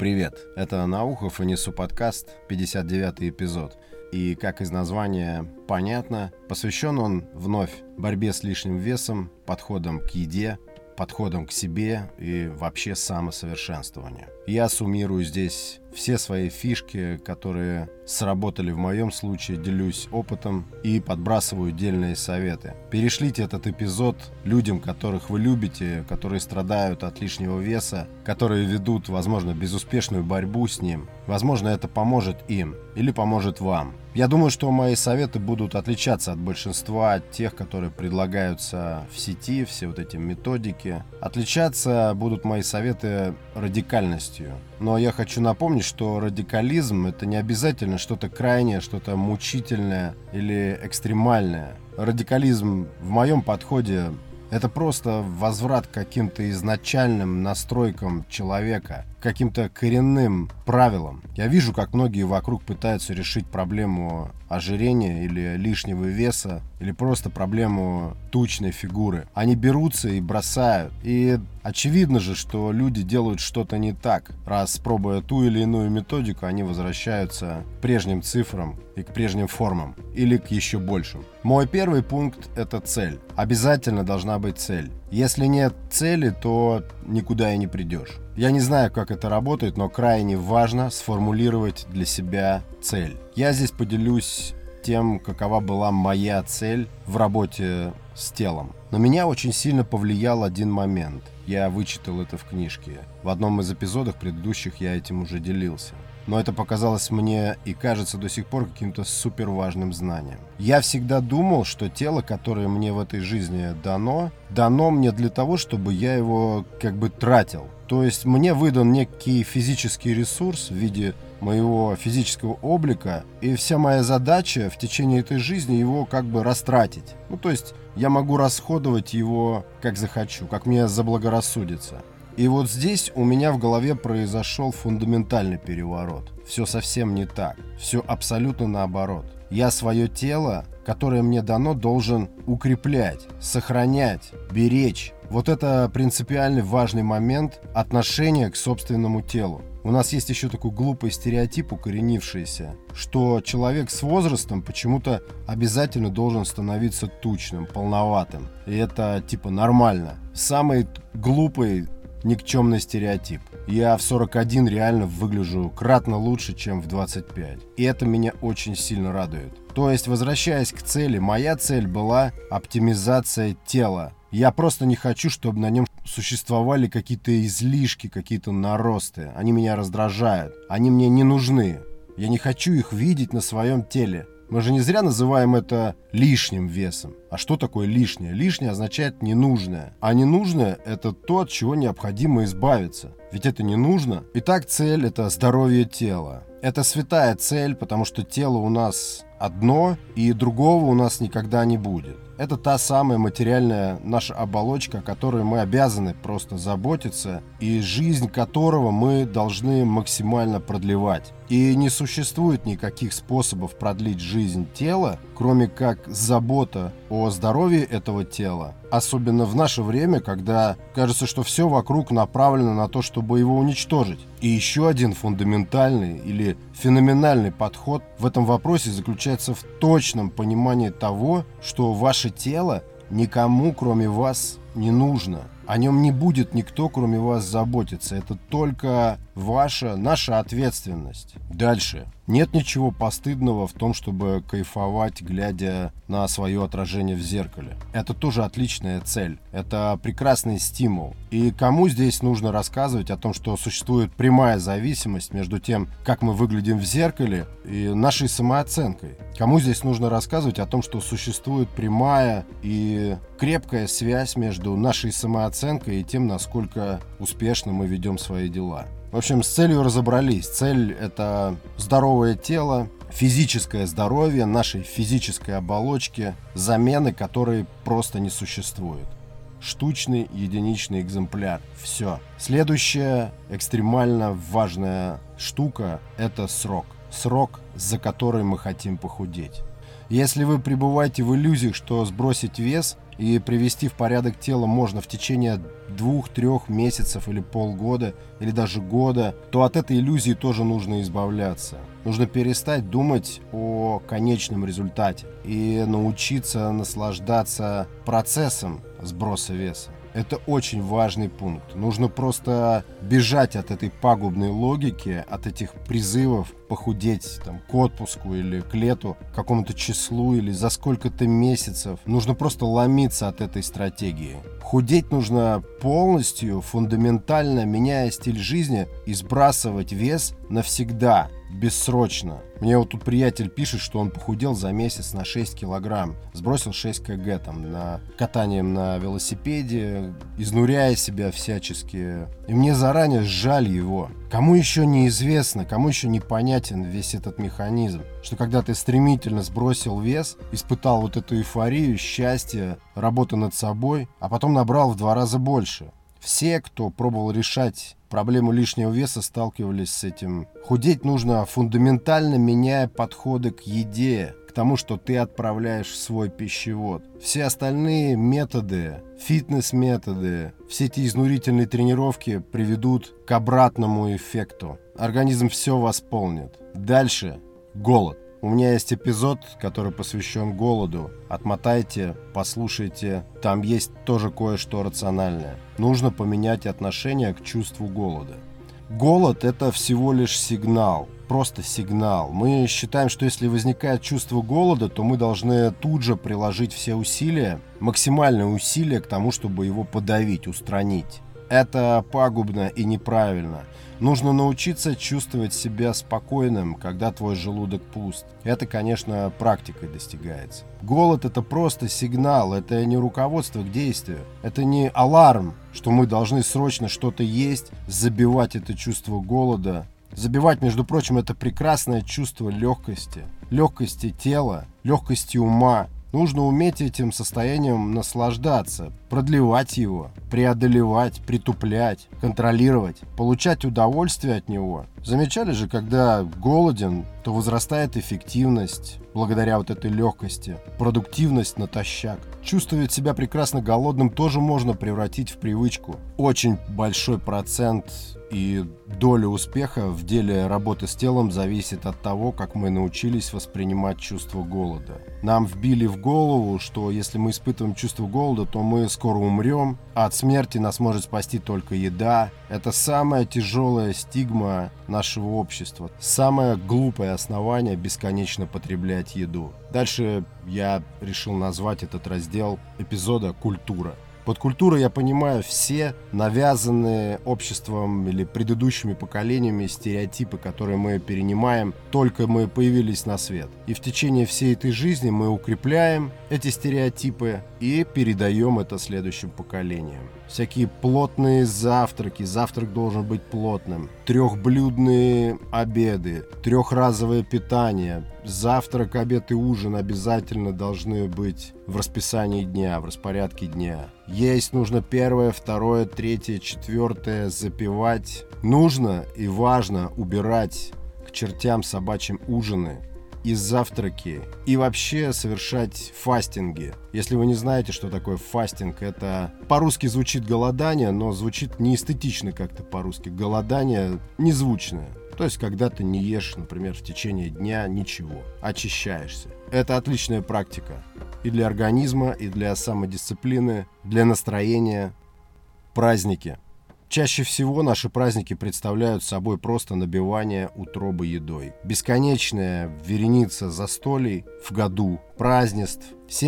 Привет, это Наухов и Несу подкаст, 59-й эпизод. И, как из названия понятно, посвящен он вновь борьбе с лишним весом, подходом к еде, подходом к себе и вообще самосовершенствованию. Я суммирую здесь все свои фишки, которые сработали в моем случае, делюсь опытом и подбрасываю дельные советы. Перешлите этот эпизод людям, которых вы любите, которые страдают от лишнего веса, которые ведут, возможно, безуспешную борьбу с ним. Возможно, это поможет им или поможет вам. Я думаю, что мои советы будут отличаться от большинства тех, которые предлагаются в сети, все вот эти методики. Отличаться будут мои советы радикальностью. Но я хочу напомнить, что радикализм — это не обязательно что-то крайнее, что-то мучительное или экстремальное. Радикализм в моем подходе — это просто возврат к каким-то изначальным настройкам человека, к каким-то коренным правилам. Я вижу, как многие вокруг пытаются решить проблему ожирения или лишнего веса, или просто проблему тучной фигуры. Они берутся и бросают. И очевидно же, что люди делают что-то не так. Раз, пробуя ту или иную методику, они возвращаются к прежним цифрам и к прежним формам. Или к еще большим. Мой первый пункт — это цель. Обязательно должна быть цель. Если нет цели, то никуда и не придешь. Я не знаю, как это работает, но крайне важно сформулировать для себя цель. Я здесь поделюсь тем, какова была моя цель в работе с телом. На меня очень сильно повлиял один момент. Я вычитал это в книжке. В одном из эпизодов предыдущих я этим уже делился. Но это показалось мне и кажется до сих пор каким-то супер важным знанием. Я всегда думал, что тело, которое мне в этой жизни дано мне для того, чтобы я его как бы тратил. То есть мне выдан некий физический ресурс в виде моего физического облика, и вся моя задача в течение этой жизни его как бы растратить. То есть я могу расходовать его как захочу, как мне заблагорассудится. И вот здесь у меня в голове произошел фундаментальный переворот. Все совсем не так. Все абсолютно наоборот. Я свое тело, которое мне дано, должен укреплять, сохранять, беречь. Вот это принципиальный важный момент отношения к собственному телу. У нас есть еще такой глупый стереотип, укоренившийся, что человек с возрастом почему-то обязательно должен становиться тучным, полноватым. И это типа нормально. Самый глупый никчемный стереотип. Я в 41 реально выгляжу кратно лучше, чем в 25. И это меня очень сильно радует. То есть, возвращаясь к цели, моя цель была оптимизация тела. Я просто не хочу, чтобы на нем существовали какие-то излишки, какие-то наросты. Они меня раздражают. Они мне не нужны. Я не хочу их видеть на своем теле. Мы же не зря называем это лишним весом. А что такое лишнее? Лишнее означает ненужное. А ненужное — это то, от чего необходимо избавиться. Ведь это не нужно. Итак, цель — это здоровье тела. Это святая цель, потому что тело у нас одно, и другого у нас никогда не будет. Это та самая материальная наша оболочка, о которой мы обязаны просто заботиться, и жизнь которого мы должны максимально продлевать. И не существует никаких способов продлить жизнь тела, кроме как забота о здоровье этого тела. Особенно в наше время, когда кажется, что все вокруг направлено на то, чтобы его уничтожить. И еще один фундаментальный или феноменальный подход в этом вопросе заключается в точном понимании того, что ваше тело никому, кроме вас, не нужно. О нем не будет никто, кроме вас, заботиться. Это только наша ответственность. Дальше. Нет ничего постыдного в том, чтобы кайфовать, глядя на свое отражение в зеркале. Это тоже отличная цель. Это прекрасный стимул. И кому здесь нужно рассказывать о том, что существует прямая зависимость между тем, как мы выглядим в зеркале, и нашей самооценкой? Кому здесь нужно рассказывать о том, что существует прямая и крепкая связь между нашей самооценкой и тем, насколько успешно мы ведем свои дела? В общем, с целью разобрались. Цель — это здоровое тело, физическое здоровье нашей физической оболочки, замены которой просто не существует. Штучный единичный экземпляр. Все. Следующая экстремально важная штука — это срок. Срок, за который мы хотим похудеть. Если вы пребываете в иллюзиях, что сбросить вес И привести в порядок тело можно в течение 2-3 месяцев или полгода, или даже года, то от этой иллюзии тоже нужно избавляться. Нужно перестать думать о конечном результате и научиться наслаждаться процессом сброса веса. Это очень важный пункт. Нужно просто бежать от этой пагубной логики, от этих призывов похудеть к отпуску или к лету, к какому-то числу или за сколько-то месяцев. Нужно просто ломиться от этой стратегии. Худеть нужно полностью, фундаментально, меняя стиль жизни и сбрасывать вес навсегда, бессрочно. Мне вот тут приятель пишет, что он похудел за месяц на 6 килограмм. Сбросил 6 кг катанием на велосипеде, изнуряя себя всячески. И мне заранее жаль его. Кому еще неизвестно, кому еще непонятен весь этот механизм, что когда ты стремительно сбросил вес, испытал вот эту эйфорию, счастье, работу над собой, а потом набрал в 2 раза больше. Все, кто пробовал решать проблему лишнего веса, сталкивались с этим. Худеть нужно фундаментально, меняя подходы к еде, к тому, что ты отправляешь в свой пищевод. Все остальные методы, фитнес-методы, все эти изнурительные тренировки приведут к обратному эффекту. Организм все восполнит. Дальше голод. У меня есть эпизод, который посвящен голоду. Отмотайте, послушайте. Там есть тоже кое-что рациональное. Нужно поменять отношение к чувству голода. Голод – это всего лишь сигнал. Просто сигнал. Мы считаем, что если возникает чувство голода, то мы должны тут же приложить все усилия, максимальные усилия к тому, чтобы его подавить, устранить. Это пагубно и неправильно. Нужно научиться чувствовать себя спокойным, когда твой желудок пуст. Это, конечно, практикой достигается. Голод – это просто сигнал, это не руководство к действию. Это не аларм, что мы должны срочно что-то есть, забивать это чувство голода. Забивать, между прочим, это прекрасное чувство легкости. Легкости тела, легкости ума. Нужно уметь этим состоянием наслаждаться, продлевать его, преодолевать, притуплять, контролировать, получать удовольствие от него. Замечали же, когда голоден, то возрастает эффективность благодаря вот этой легкости, продуктивность натощак. Чувствовать себя прекрасно голодным тоже можно превратить в привычку. Очень большой процент и доля успеха в деле работы с телом зависит от того, как мы научились воспринимать чувство голода. Нам вбили в голову, что если мы испытываем чувство голода, то мы скоро умрем, а от смерти нас может спасти только еда. Это самая тяжелая стигма нашего общества, самое глупое основание бесконечно потреблять еду. Дальше я решил назвать этот раздел эпизода «Культура». Под культурой я понимаю все навязанные обществом или предыдущими поколениями стереотипы, которые мы перенимаем, только мы появились на свет. И в течение всей этой жизни мы укрепляем эти стереотипы и передаем это следующим поколениям. Всякие плотные завтраки, завтрак должен быть плотным, 3-блюдные обеды, 3-разовое питание, завтрак, обед и ужин обязательно должны быть в расписании дня, в распорядке дня. Есть нужно 1, 2, 3, 4, запивать. Нужно и важно убирать к чертям собачьим ужины и завтраки, и вообще совершать фастинги. Если вы не знаете, что такое фастинг, это по-русски звучит голодание, но звучит неэстетично как-то по-русски. Голодание незвучное. То есть, когда ты не ешь, например, в течение дня ничего, очищаешься. Это отличная практика и для организма, и для самодисциплины, для настроения. Праздники. Чаще всего наши праздники представляют собой просто набивание утробы едой. Бесконечная вереница застолий в году, празднеств.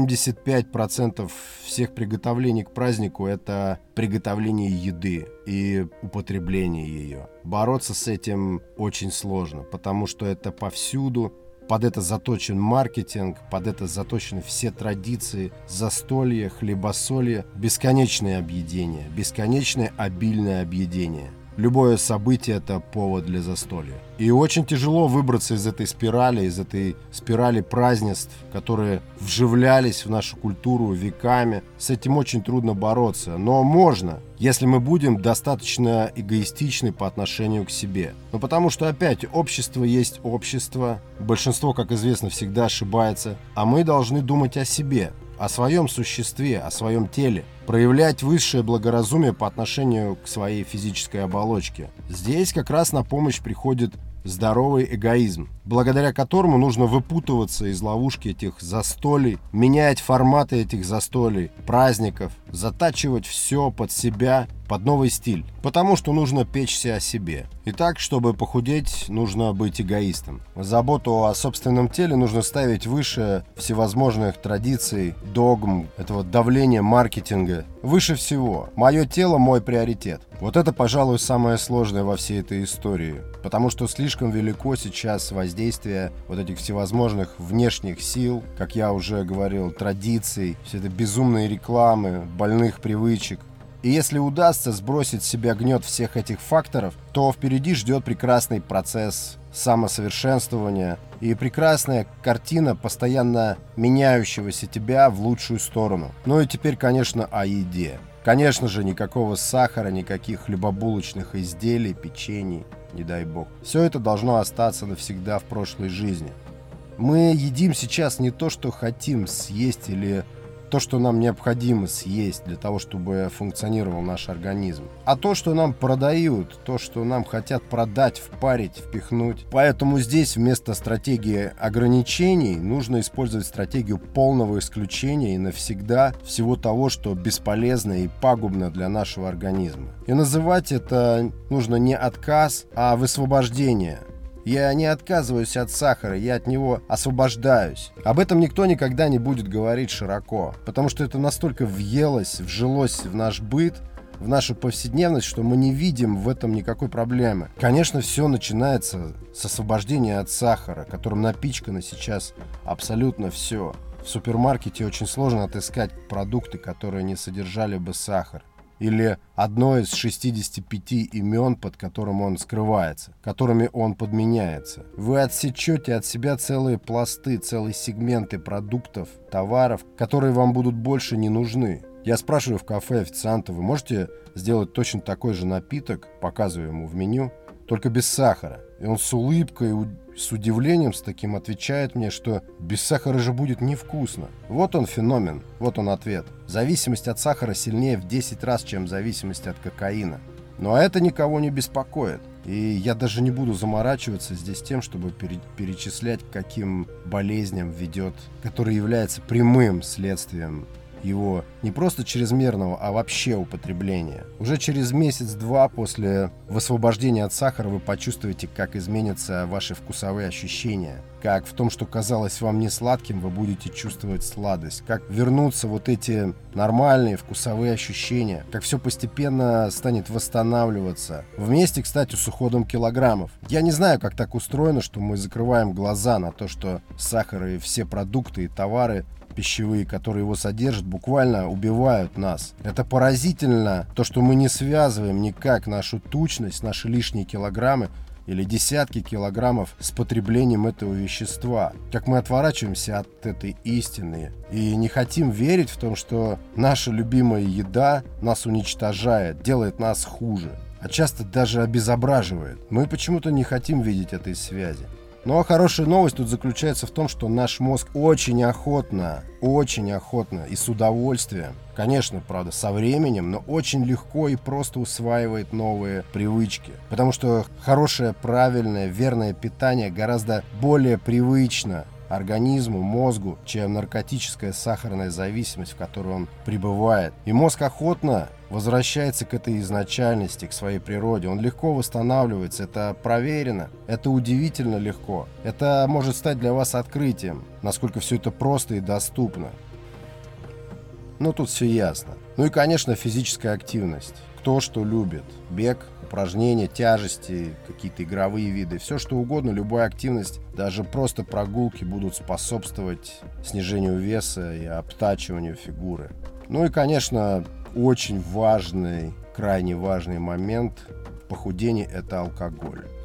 75% всех приготовлений к празднику – это приготовление еды и употребление ее. Бороться с этим очень сложно, потому что это повсюду. Под это заточен маркетинг, под это заточены все традиции, застолье, хлебосолье, бесконечное объедение, бесконечное обильное объедение. Любое событие – это повод для застолья. И очень тяжело выбраться из этой спирали празднеств, которые вживлялись в нашу культуру веками. С этим очень трудно бороться, но можно, если мы будем достаточно эгоистичны по отношению к себе. Но потому что, опять, общество есть общество, большинство, как известно, всегда ошибается, а мы должны думать о себе, о своем существе, о своем теле, проявлять высшее благоразумие по отношению к своей физической оболочке. Здесь как раз на помощь приходит здоровый эгоизм, благодаря которому нужно выпутываться из ловушки этих застолий, менять форматы этих застолий, праздников, затачивать все под себя, под новый стиль, потому что нужно печься о себе. Итак, чтобы похудеть, нужно быть эгоистом. Заботу о собственном теле нужно ставить выше всевозможных традиций, догм, этого давления маркетинга. Выше всего. Мое тело – мой приоритет. Вот это, пожалуй, самое сложное во всей этой истории, потому что слишком велико сейчас воздействие вот этих всевозможных внешних сил, как я уже говорил, традиций, все это безумные рекламы, больных привычек. И если удастся сбросить с себя гнет всех этих факторов, то впереди ждет прекрасный процесс самосовершенствования и прекрасная картина постоянно меняющегося тебя в лучшую сторону. Ну и теперь, конечно, о еде. Конечно же, никакого сахара, никаких хлебобулочных изделий, печений, не дай бог. Все это должно остаться навсегда в прошлой жизни. Мы едим сейчас не то, что хотим съесть, или то, что нам необходимо съесть для того, чтобы функционировал наш организм, а то, что нам продают, то, что нам хотят продать, впарить, впихнуть. Поэтому здесь вместо стратегии ограничений нужно использовать стратегию полного исключения и навсегда всего того, что бесполезно и пагубно для нашего организма. И называть это нужно не отказ, а высвобождение. Я не отказываюсь от сахара, я от него освобождаюсь. Об этом никто никогда не будет говорить широко, потому что это настолько въелось, вжилось в наш быт, в нашу повседневность, что мы не видим в этом никакой проблемы. Конечно, все начинается с освобождения от сахара, которым напичкано сейчас абсолютно все. В супермаркете очень сложно отыскать продукты, которые не содержали бы сахар. Или одно из 65 имен, под которым он скрывается, которыми он подменяется. Вы отсечете от себя целые пласты, целые сегменты продуктов, товаров, которые вам будут больше не нужны. Я спрашиваю в кафе официанта: вы можете сделать точно такой же напиток, показываю ему в меню, только без сахара? И он с улыбкой, с удивлением с таким отвечает мне, что без сахара же будет невкусно. Вот он феномен, вот он ответ. Зависимость от сахара сильнее в 10 раз, чем зависимость от кокаина. Но это никого не беспокоит. И я даже не буду заморачиваться здесь тем, чтобы перечислять, к каким болезням ведет, который является прямым следствием его не просто чрезмерного, а вообще употребления. Уже через месяц-два после высвобождения от сахара вы почувствуете, как изменятся ваши вкусовые ощущения. Как в том, что казалось вам не сладким, вы будете чувствовать сладость. Как вернутся вот эти нормальные вкусовые ощущения. Как все постепенно станет восстанавливаться. Вместе, кстати, с уходом килограммов. Я не знаю, как так устроено, что мы закрываем глаза на то, что сахар и все продукты и товары пищевые, которые его содержат, буквально убивают нас. Это поразительно, то, что мы не связываем никак нашу тучность, наши лишние килограммы или десятки килограммов с потреблением этого вещества. Как мы отворачиваемся от этой истины и не хотим верить в том, что наша любимая еда нас уничтожает, делает нас хуже, а часто даже обезображивает. Мы почему-то не хотим видеть этой связи. Но хорошая новость тут заключается в том, что наш мозг очень охотно и с удовольствием, конечно, правда, со временем, но очень легко и просто усваивает новые привычки. Потому что хорошее, правильное, верное питание гораздо более привычно организму, мозгу, чем наркотическая сахарная зависимость, в которой он пребывает. И мозг охотно возвращается к этой изначальности, к своей природе. Он легко восстанавливается, это проверено, это удивительно легко. Это может стать для вас открытием, насколько все это просто и доступно. Ну, тут все ясно. Ну и, конечно, физическая активность. Кто что любит. Бег, упражнения, тяжести, какие-то игровые виды. Все что угодно, любая активность, даже просто прогулки будут способствовать снижению веса и обтачиванию фигуры. Ну и, конечно, очень важный, крайне важный момент в похудении – это алкоголь.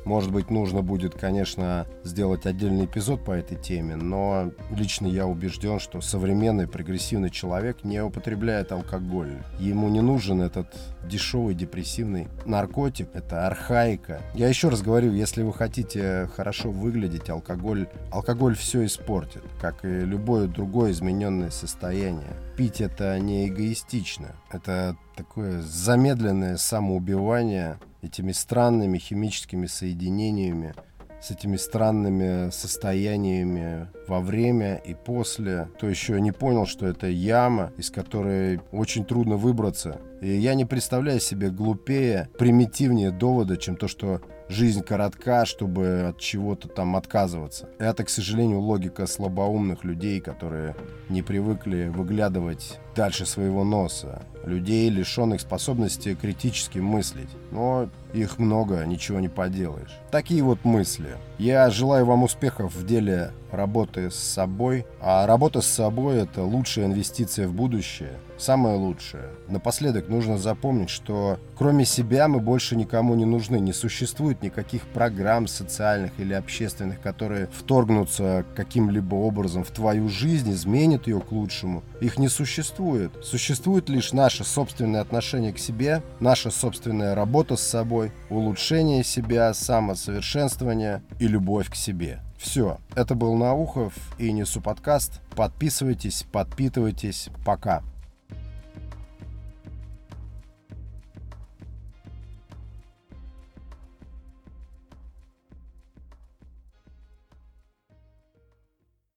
Может быть, нужно будет, конечно, сделать отдельный эпизод по этой теме, но лично я убежден, что современный прогрессивный человек не употребляет алкоголь. Ему не нужен этот дешевый депрессивный наркотик, это архаика. Я еще раз говорю, если вы хотите хорошо выглядеть, алкоголь все испортит, как и любое другое измененное состояние. Пить это не эгоистично, это такое замедленное самоубивание этими странными химическими соединениями, с этими странными состояниями во время и после. Кто еще не понял, что это яма, из которой очень трудно выбраться. И я не представляю себе глупее, примитивнее довода, чем то, что жизнь коротка, чтобы от чего-то там отказываться. Это, к сожалению, логика слабоумных людей, которые не привыкли выглядывать дальше своего носа. Людей, лишенных способности критически мыслить. Но их много, ничего не поделаешь. Такие вот мысли. Я желаю вам успехов в деле работы с собой. А работа с собой — это лучшая инвестиция в будущее. Самое лучшее. Напоследок нужно запомнить, что кроме себя мы больше никому не нужны. Не существует никаких программ социальных или общественных, которые вторгнутся каким-либо образом в твою жизнь, изменят ее к лучшему. Их не существует. Существует лишь наше собственное отношение к себе, наша собственная работа с собой, улучшение себя, самосовершенствование и любовь к себе. Все. Это был Наухов и Несу подкаст. Подписывайтесь, подпитывайтесь. Пока.